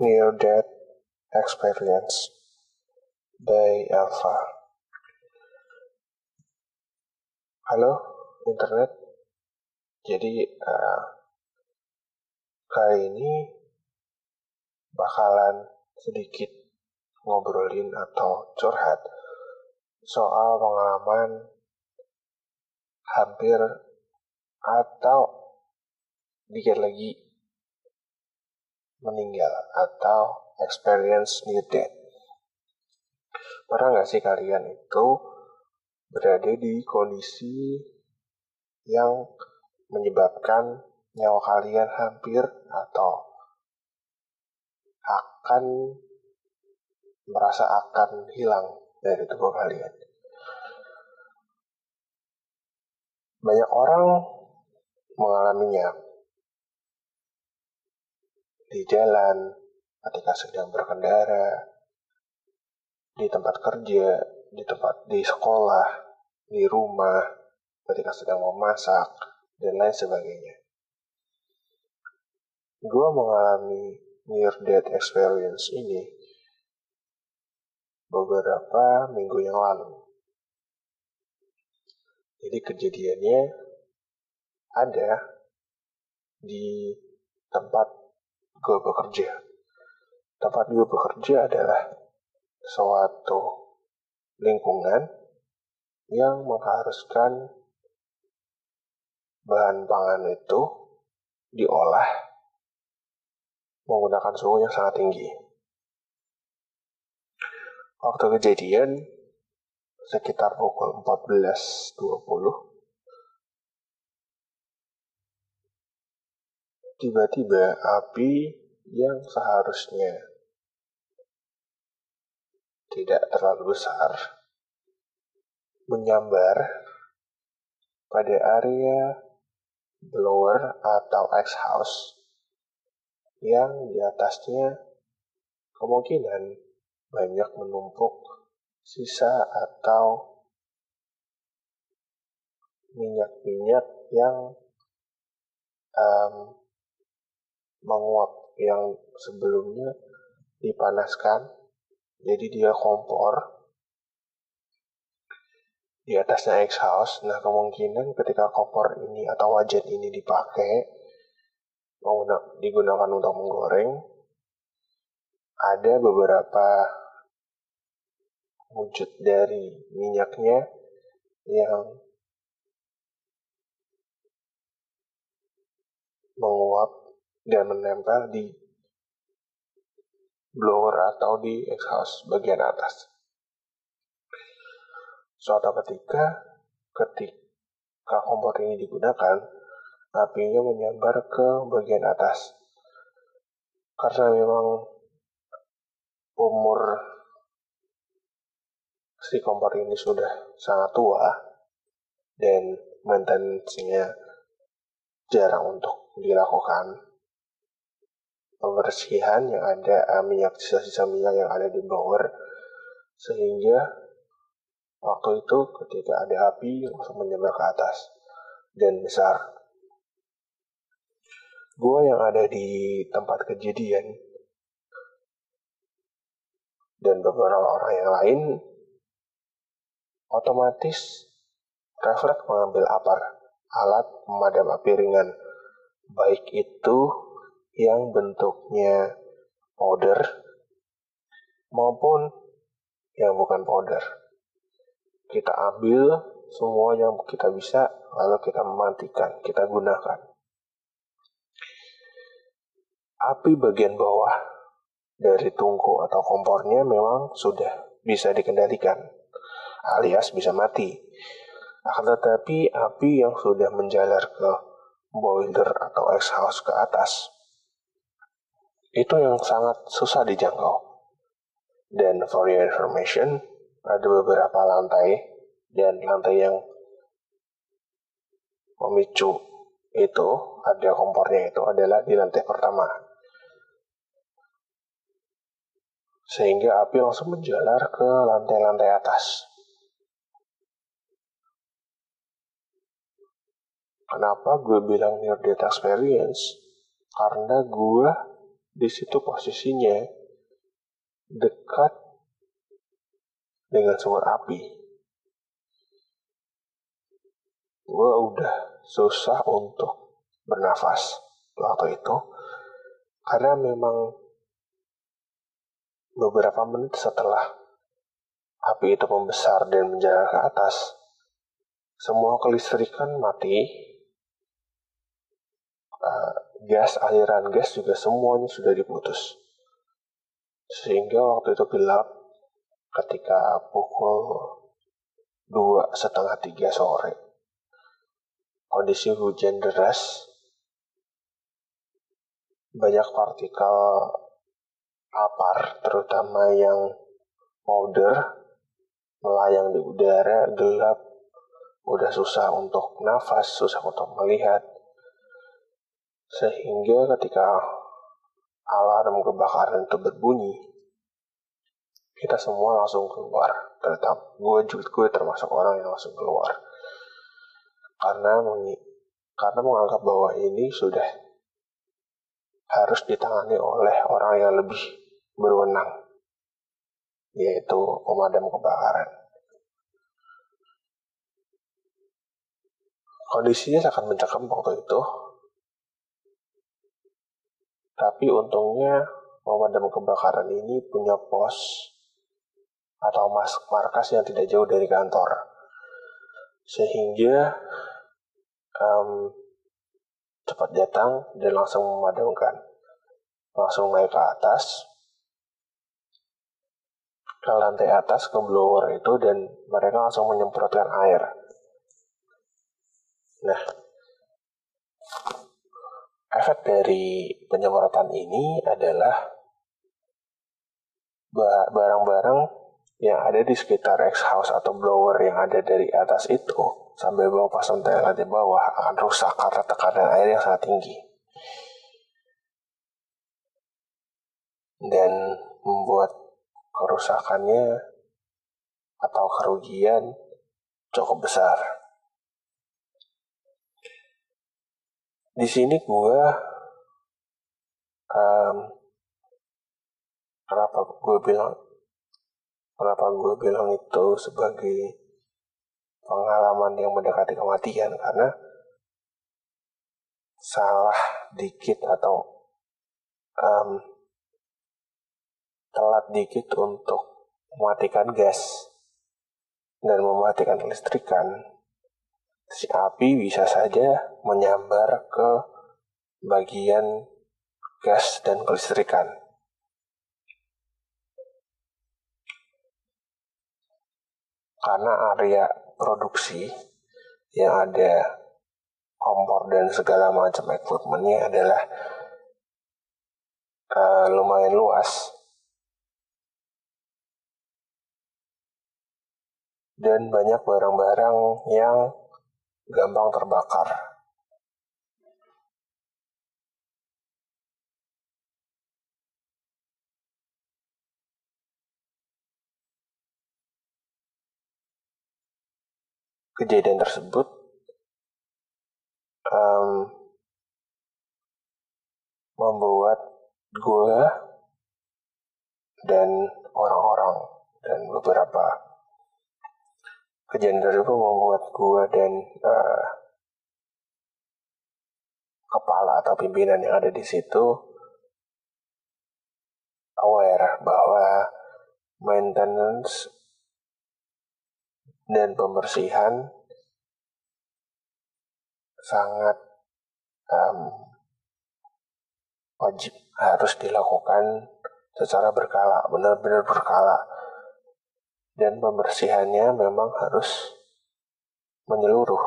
Near Death Experience by Alpha. Halo internet. Jadi kali ini bakalan sedikit ngobrolin atau curhat soal pengalaman hampir atau dikit lagi meninggal atau experience near death. Pernah nggak sih kalian itu berada di kondisi yang menyebabkan nyawa kalian hampir atau akan merasa akan hilang dari tubuh kalian? Banyak orang mengalaminya di jalan, ketika sedang berkendara, di tempat kerja, di sekolah, di rumah, ketika sedang memasak, dan lain sebagainya. Gue mengalami near-death experience ini beberapa minggu yang lalu. Jadi kejadiannya ada di tempat gue bekerja. Tempat gue bekerja adalah suatu lingkungan yang mengharuskan bahan pangan itu diolah menggunakan suhu yang sangat tinggi. Waktu kejadian sekitar pukul 14.20, tiba-tiba api yang seharusnya tidak terlalu besar menyambar pada area blower atau exhaust yang di atasnya kemungkinan banyak menumpuk sisa atau minyak-minyak yang menguap, yang sebelumnya dipanaskan, jadi dia kompor di atasnya exhaust. Nah, kemungkinan ketika kompor ini atau wajan ini dipakai digunakan untuk menggoreng, ada beberapa wujud dari minyaknya yang menguap dan menempel di blower atau di exhaust bagian atas. Suatu ketika kompor ini digunakan, apinya menyambar ke bagian atas. Karena memang umur si kompor ini sudah sangat tua dan maintenance-nya jarang untuk dilakukan pembersihan yang ada sisa-sisa minyak yang ada di blower, sehingga waktu itu ketika ada api langsung menyambar ke atas dan besar. Gue yang ada di tempat kejadian dan beberapa orang yang lain otomatis refleks mengambil alat pemadam api ringan, baik itu yang bentuknya powder maupun yang bukan powder. Kita ambil semua yang kita bisa, lalu kita mematikan, kita gunakan. Api bagian bawah dari tungku atau kompornya memang sudah bisa dikendalikan, alias bisa mati. Akan tetapi api yang sudah menjalar ke boiler atau exhaust ke atas, itu yang sangat susah dijangkau. Dan for your information, ada beberapa lantai, dan lantai yang memicu itu, ada kompornya itu adalah di lantai pertama. Sehingga api langsung menjalar ke lantai-lantai atas. Kenapa gue bilang near death experience? Karena gue di situ posisinya dekat dengan sumber api. Gue udah susah untuk bernafas waktu itu, karena memang beberapa menit setelah api itu membesar dan menjalar ke atas, semua kelistrikan mati, aliran gas juga semuanya sudah diputus. Sehingga waktu itu gelap ketika pukul 2:30-3 sore. Kondisi hujan deras, banyak partikel papar, terutama yang powder, melayang di udara, gelap, udah susah untuk nafas, susah untuk melihat. Sehingga ketika alarm kebakaran itu berbunyi, kita semua langsung keluar. Terutama gue termasuk orang yang langsung keluar. Karena menganggap bahwa ini sudah harus ditangani oleh orang yang lebih berwenang, yaitu pemadam kebakaran. Kondisinya sangat mencekam waktu itu, tapi untungnya pemadam kebakaran ini punya pos atau markas yang tidak jauh dari kantor, sehingga cepat datang dan langsung memadamkan, langsung naik ke atas, ke lantai atas, ke blower itu, dan mereka langsung menyemprotkan air. Nah, efek dari penyemprotan ini adalah barang-barang yang ada di sekitar exhaust atau blower yang ada dari atas itu sampai bawah pasang tela di bawah akan rusak karena tekanan air yang sangat tinggi dan membuat kerusakannya atau kerugian cukup besar. Di sini gue kenapa gue bilang itu sebagai pengalaman yang mendekati kematian, karena salah dikit atau telat dikit untuk mematikan gas dan mematikan listrikan, si api bisa saja menyambar ke bagian gas dan kelistrikan. Karena area produksi yang ada kompor dan segala macam equipmentnya adalah lumayan luas, dan banyak barang-barang yang gampang terbakar. Kejadian tersebut membuat gue dan orang-orang dan beberapa kejadian tersebut membuat gue dan kepala atau pimpinan yang ada di situ aware bahwa maintenance dan pembersihan sangat wajib, harus dilakukan secara berkala, benar-benar berkala, dan pembersihannya memang harus menyeluruh,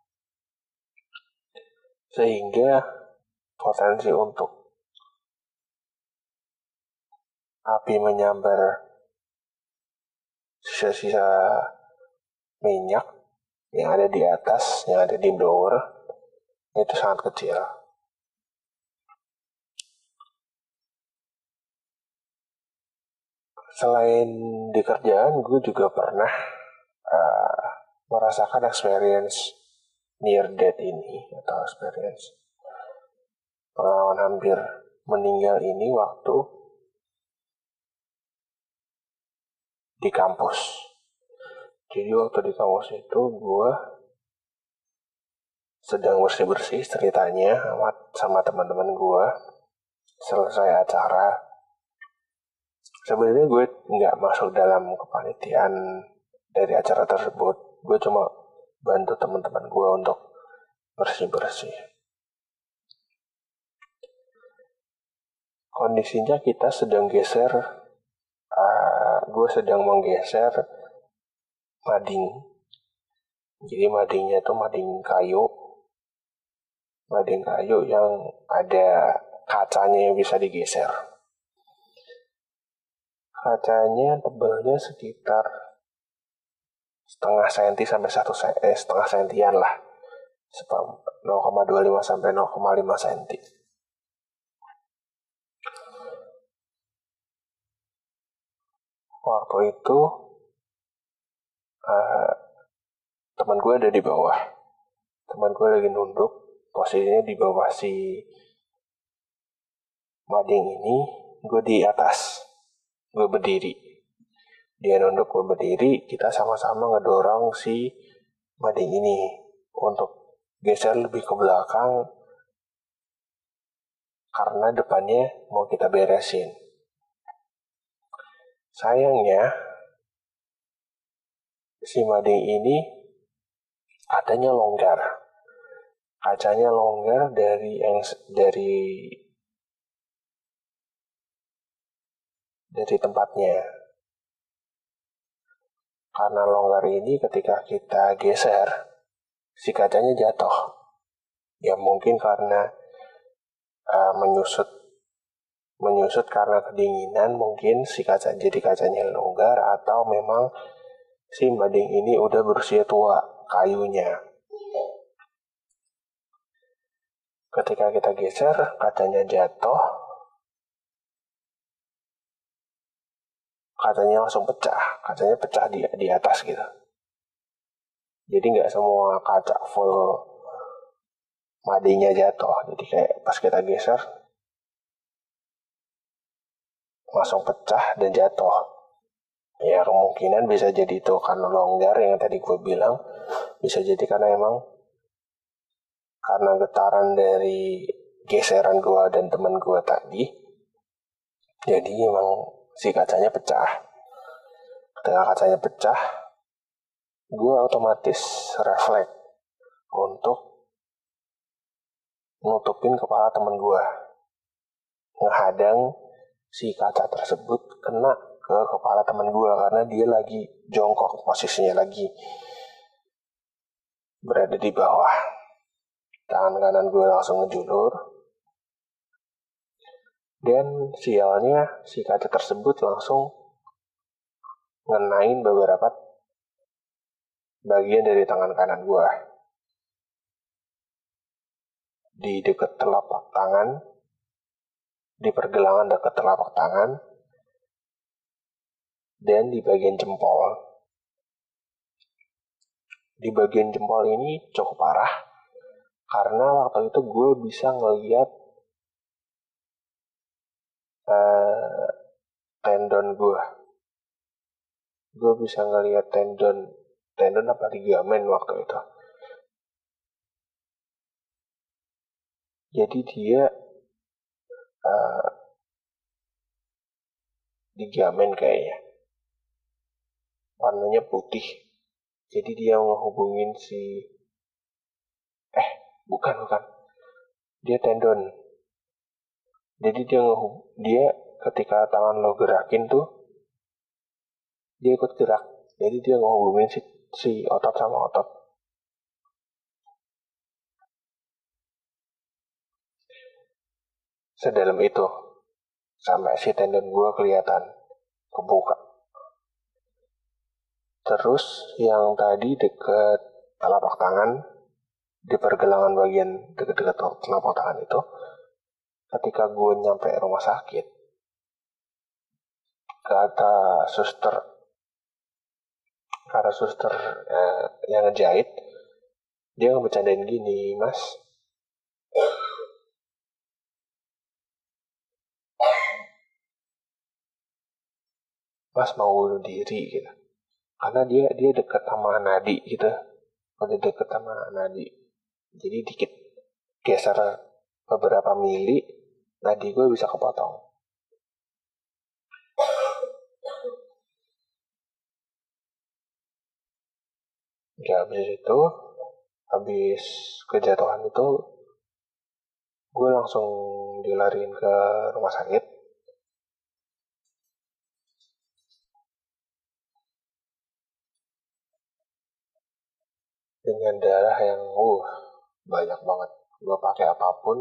sehingga potensi untuk api menyambar sisa-sisa minyak yang ada di atas, yang ada di blower, itu sangat kecil. Selain di kerjaan, gue juga pernah merasakan experience near death ini, atau experience pengalaman hampir meninggal ini waktu di kampus. Jadi waktu di kampus itu gue sedang bersih-bersih ceritanya sama teman-teman gue. Selesai acara, sebenarnya gue nggak masuk dalam kepanitiaan dari acara tersebut. Gue cuma bantu teman-teman gue untuk bersih-bersih. Kondisinya kita sedang geser, gue sedang menggeser mading. Jadi madingnya itu mading kayu yang ada kacanya yang bisa digeser. Kacanya tebalnya sekitar setengah senti sampai setengah sentian lah, 0,25 sampai 0,5 senti. Waktu itu teman gue ada di bawah. Teman gue lagi nunduk, posisinya di bawah si mading ini, gue di atas. Gue berdiri. Dia nunduk, gue berdiri, kita sama-sama ngedorong si mading ini untuk geser lebih ke belakang karena depannya mau kita beresin. Sayangnya si mading ini kacanya longgar. Kacanya longgar dari tempatnya. Karena longgar ini ketika kita geser, si kacanya jatuh. Ya mungkin karena menyusut karena kedinginan, mungkin si kacanya longgar, atau memang si mading ini udah berusia tua kayunya. Ketika kita geser, kacanya jatuh, kacanya langsung pecah. Kacanya pecah di atas gitu. Jadi nggak semua kaca full madingnya jatuh. Jadi kayak pas kita geser langsung pecah dan jatuh. Ya kemungkinan bisa jadi itu karena longgar yang tadi gue bilang. Bisa jadi karena getaran dari geseran gue dan teman gue tadi. Jadi emang si kacanya pecah. Ketika kacanya pecah, gue otomatis refleks untuk nutupin kepala teman gue, ngehadang si kaca tersebut kena ke kepala teman gue karena dia lagi jongkok, posisinya lagi berada di bawah. Tangan kanan gue langsung ngejulur, dan sialnya si kaca tersebut langsung ngenain beberapa bagian dari tangan kanan gue. Di dekat telapak tangan, di pergelangan dekat telapak tangan, dan di bagian jempol. Di bagian jempol ini cukup parah, karena waktu itu gue bisa ngeliat tendon gue. Gue bisa ngeliat tendon apa ligamen waktu itu. Jadi dia ligamen kayaknya. Warnanya putih. Jadi dia ngehubungin bukan. Dia tendon. Jadi dia ketika tangan lo gerakin tuh, dia ikut gerak. Jadi dia ngehubungin si otot sama otot. Sedalam itu. Sampai si tendon gue kelihatan kebuka. Terus yang tadi deket telapak tangan, di pergelangan bagian deket-deket telapak tangan itu, ketika gue nyampe rumah sakit, kata suster yang ngejahit, dia ngebecandain gini, "Mas, pas mau bunuh diri gitu. Karena dia dekat sama nadi gitu. Kalau dia dekat sama nadi, jadi dikit geser beberapa mili, nadi gue bisa kepotong. Ya habis itu, habis kejatuhan itu, gue langsung dilariin ke rumah sakit. Dengan darah yang banyak banget. Gue pakai apapun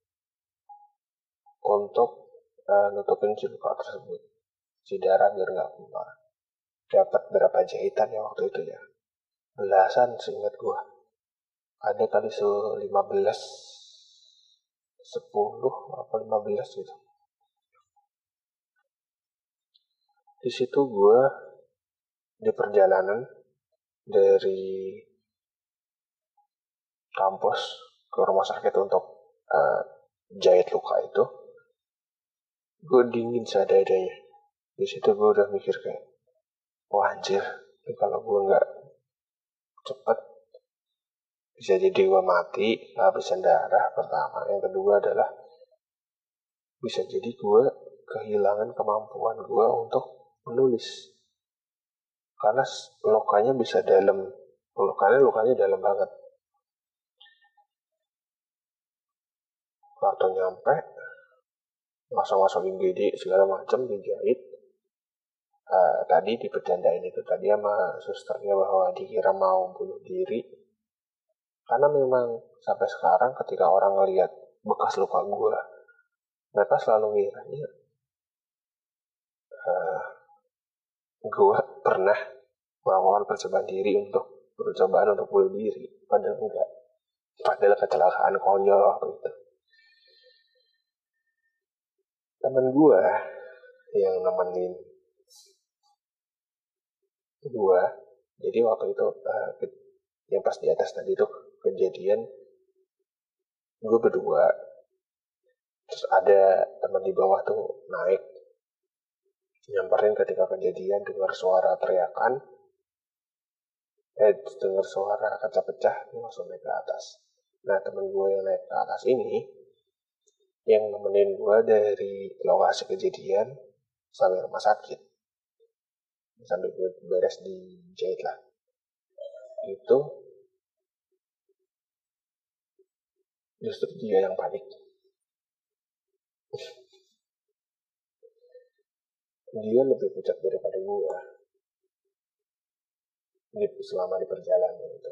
untuk nutupin si luka tersebut. Si darah biar nggak keluar. Dapat berapa jahitan ya waktu itu ya? Belasan seingat gue. Ada kali 15, 10 apa 15 gitu. Di situ gue di perjalanan dari kampus ke rumah sakit untuk jahit luka itu, gue dingin seadanya. Di situ gue udah mikir kayak, wah anjir, kalau gue nggak cepet bisa jadi gue mati, habisan darah pertama. Yang kedua adalah bisa jadi gue kehilangan kemampuan gue untuk menulis. Karena lukanya dalam banget. Waktu nyampe, masuk-masukin GD segala macam dijahit. Tadi dipercandain itu tadi sama susternya bahwa dikira mau bunuh diri. Karena memang sampai sekarang ketika orang ngelihat bekas luka gue, mereka selalu ngiranya gue pernah melakukan percobaan untuk bunuh diri. Padahal enggak. Padahal kecelakaan konyol waktu itu. Temen gue yang nemenin gue, jadi waktu itu yang pas di atas tadi tuh kejadian gue berdua, terus ada teman di bawah tuh naik nyamperin ketika kejadian, dengar suara teriakan, dengar suara kaca pecah, dia langsung naik ke atas. Nah temen gue yang naik ke atas ini yang nemenin gue dari lokasi kejadian sampai rumah sakit, sampai gue beres dijahit lah. Itu justru dia yang panik. Dia lebih pucat daripada gue selama di perjalanan itu.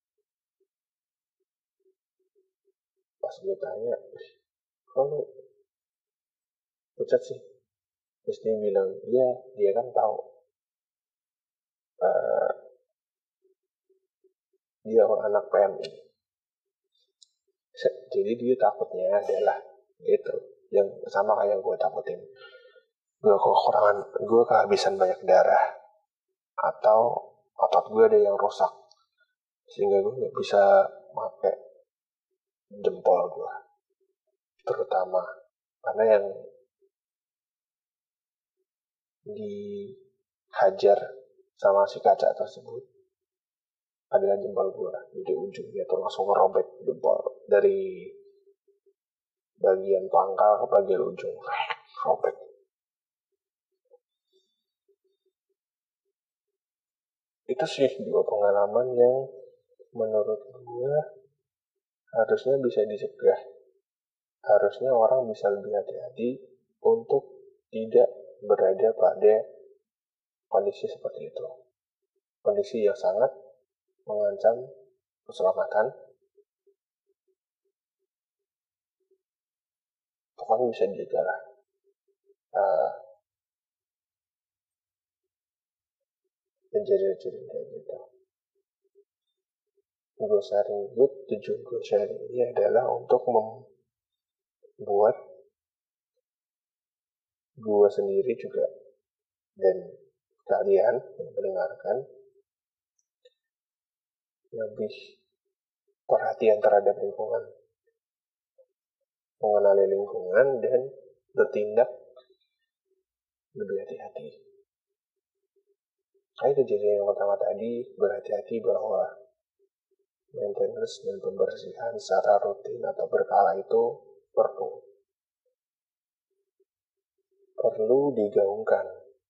Pas gue tanya, kalau pucat sih, terus dia bilang, iya dia kan tahu dia anak PMI. Jadi dia takutnya adalah itu yang sama kayak gue takutin. Gue kehabisan banyak darah atau otot gue ada yang rusak sehingga gue nggak bisa pakai jempol gue, terutama karena yang dihajar sama si kaca tersebut adalah jempol gue. Jadi ujungnya tuh langsung ngerobek jempol dari bagian pangkal ke bagian ujung, robek. Itu sih dua pengalaman yang menurut gue harusnya bisa dicegah. Harusnya orang bisa lebih hati-hati untuk tidak berada pada kondisi seperti itu. Kondisi yang sangat mengancam keselamatan. Pokoknya bisa dijaga lah. Kejadian-kejadian kayak gitu. Tujuan gue sharing ini adalah untuk membuat gue sendiri juga dan kalian yang mendengarkan lebih perhatian terhadap lingkungan, mengenali lingkungan dan bertindak lebih hati-hati. kejadian yang pertama tadi, berhati-hati bahwa maintenance dan pembersihan secara rutin atau berkala itu perlu digaungkan.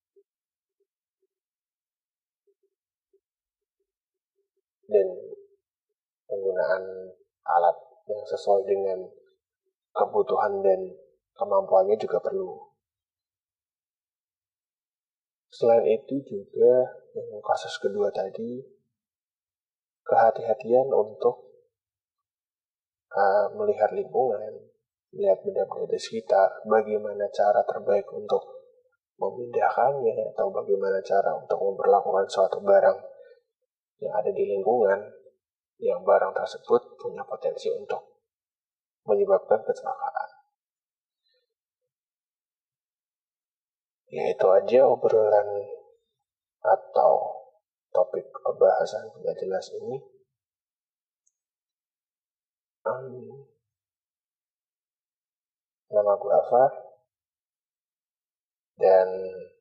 Dan penggunaan alat yang sesuai dengan kebutuhan dan kemampuannya juga perlu. Selain itu juga yang kasus kedua tadi, kehati-hatian untuk melihat lingkungan, melihat benda-benda di sekitar, bagaimana cara terbaik untuk memindahkannya, atau bagaimana cara untuk memperlakukan suatu barang yang ada di lingkungan, yang barang tersebut punya potensi untuk menyebabkan kecelakaan. Ya itu aja obrolan atau topik pembahasan tidak jelas ini. Nama gue Alfa, dan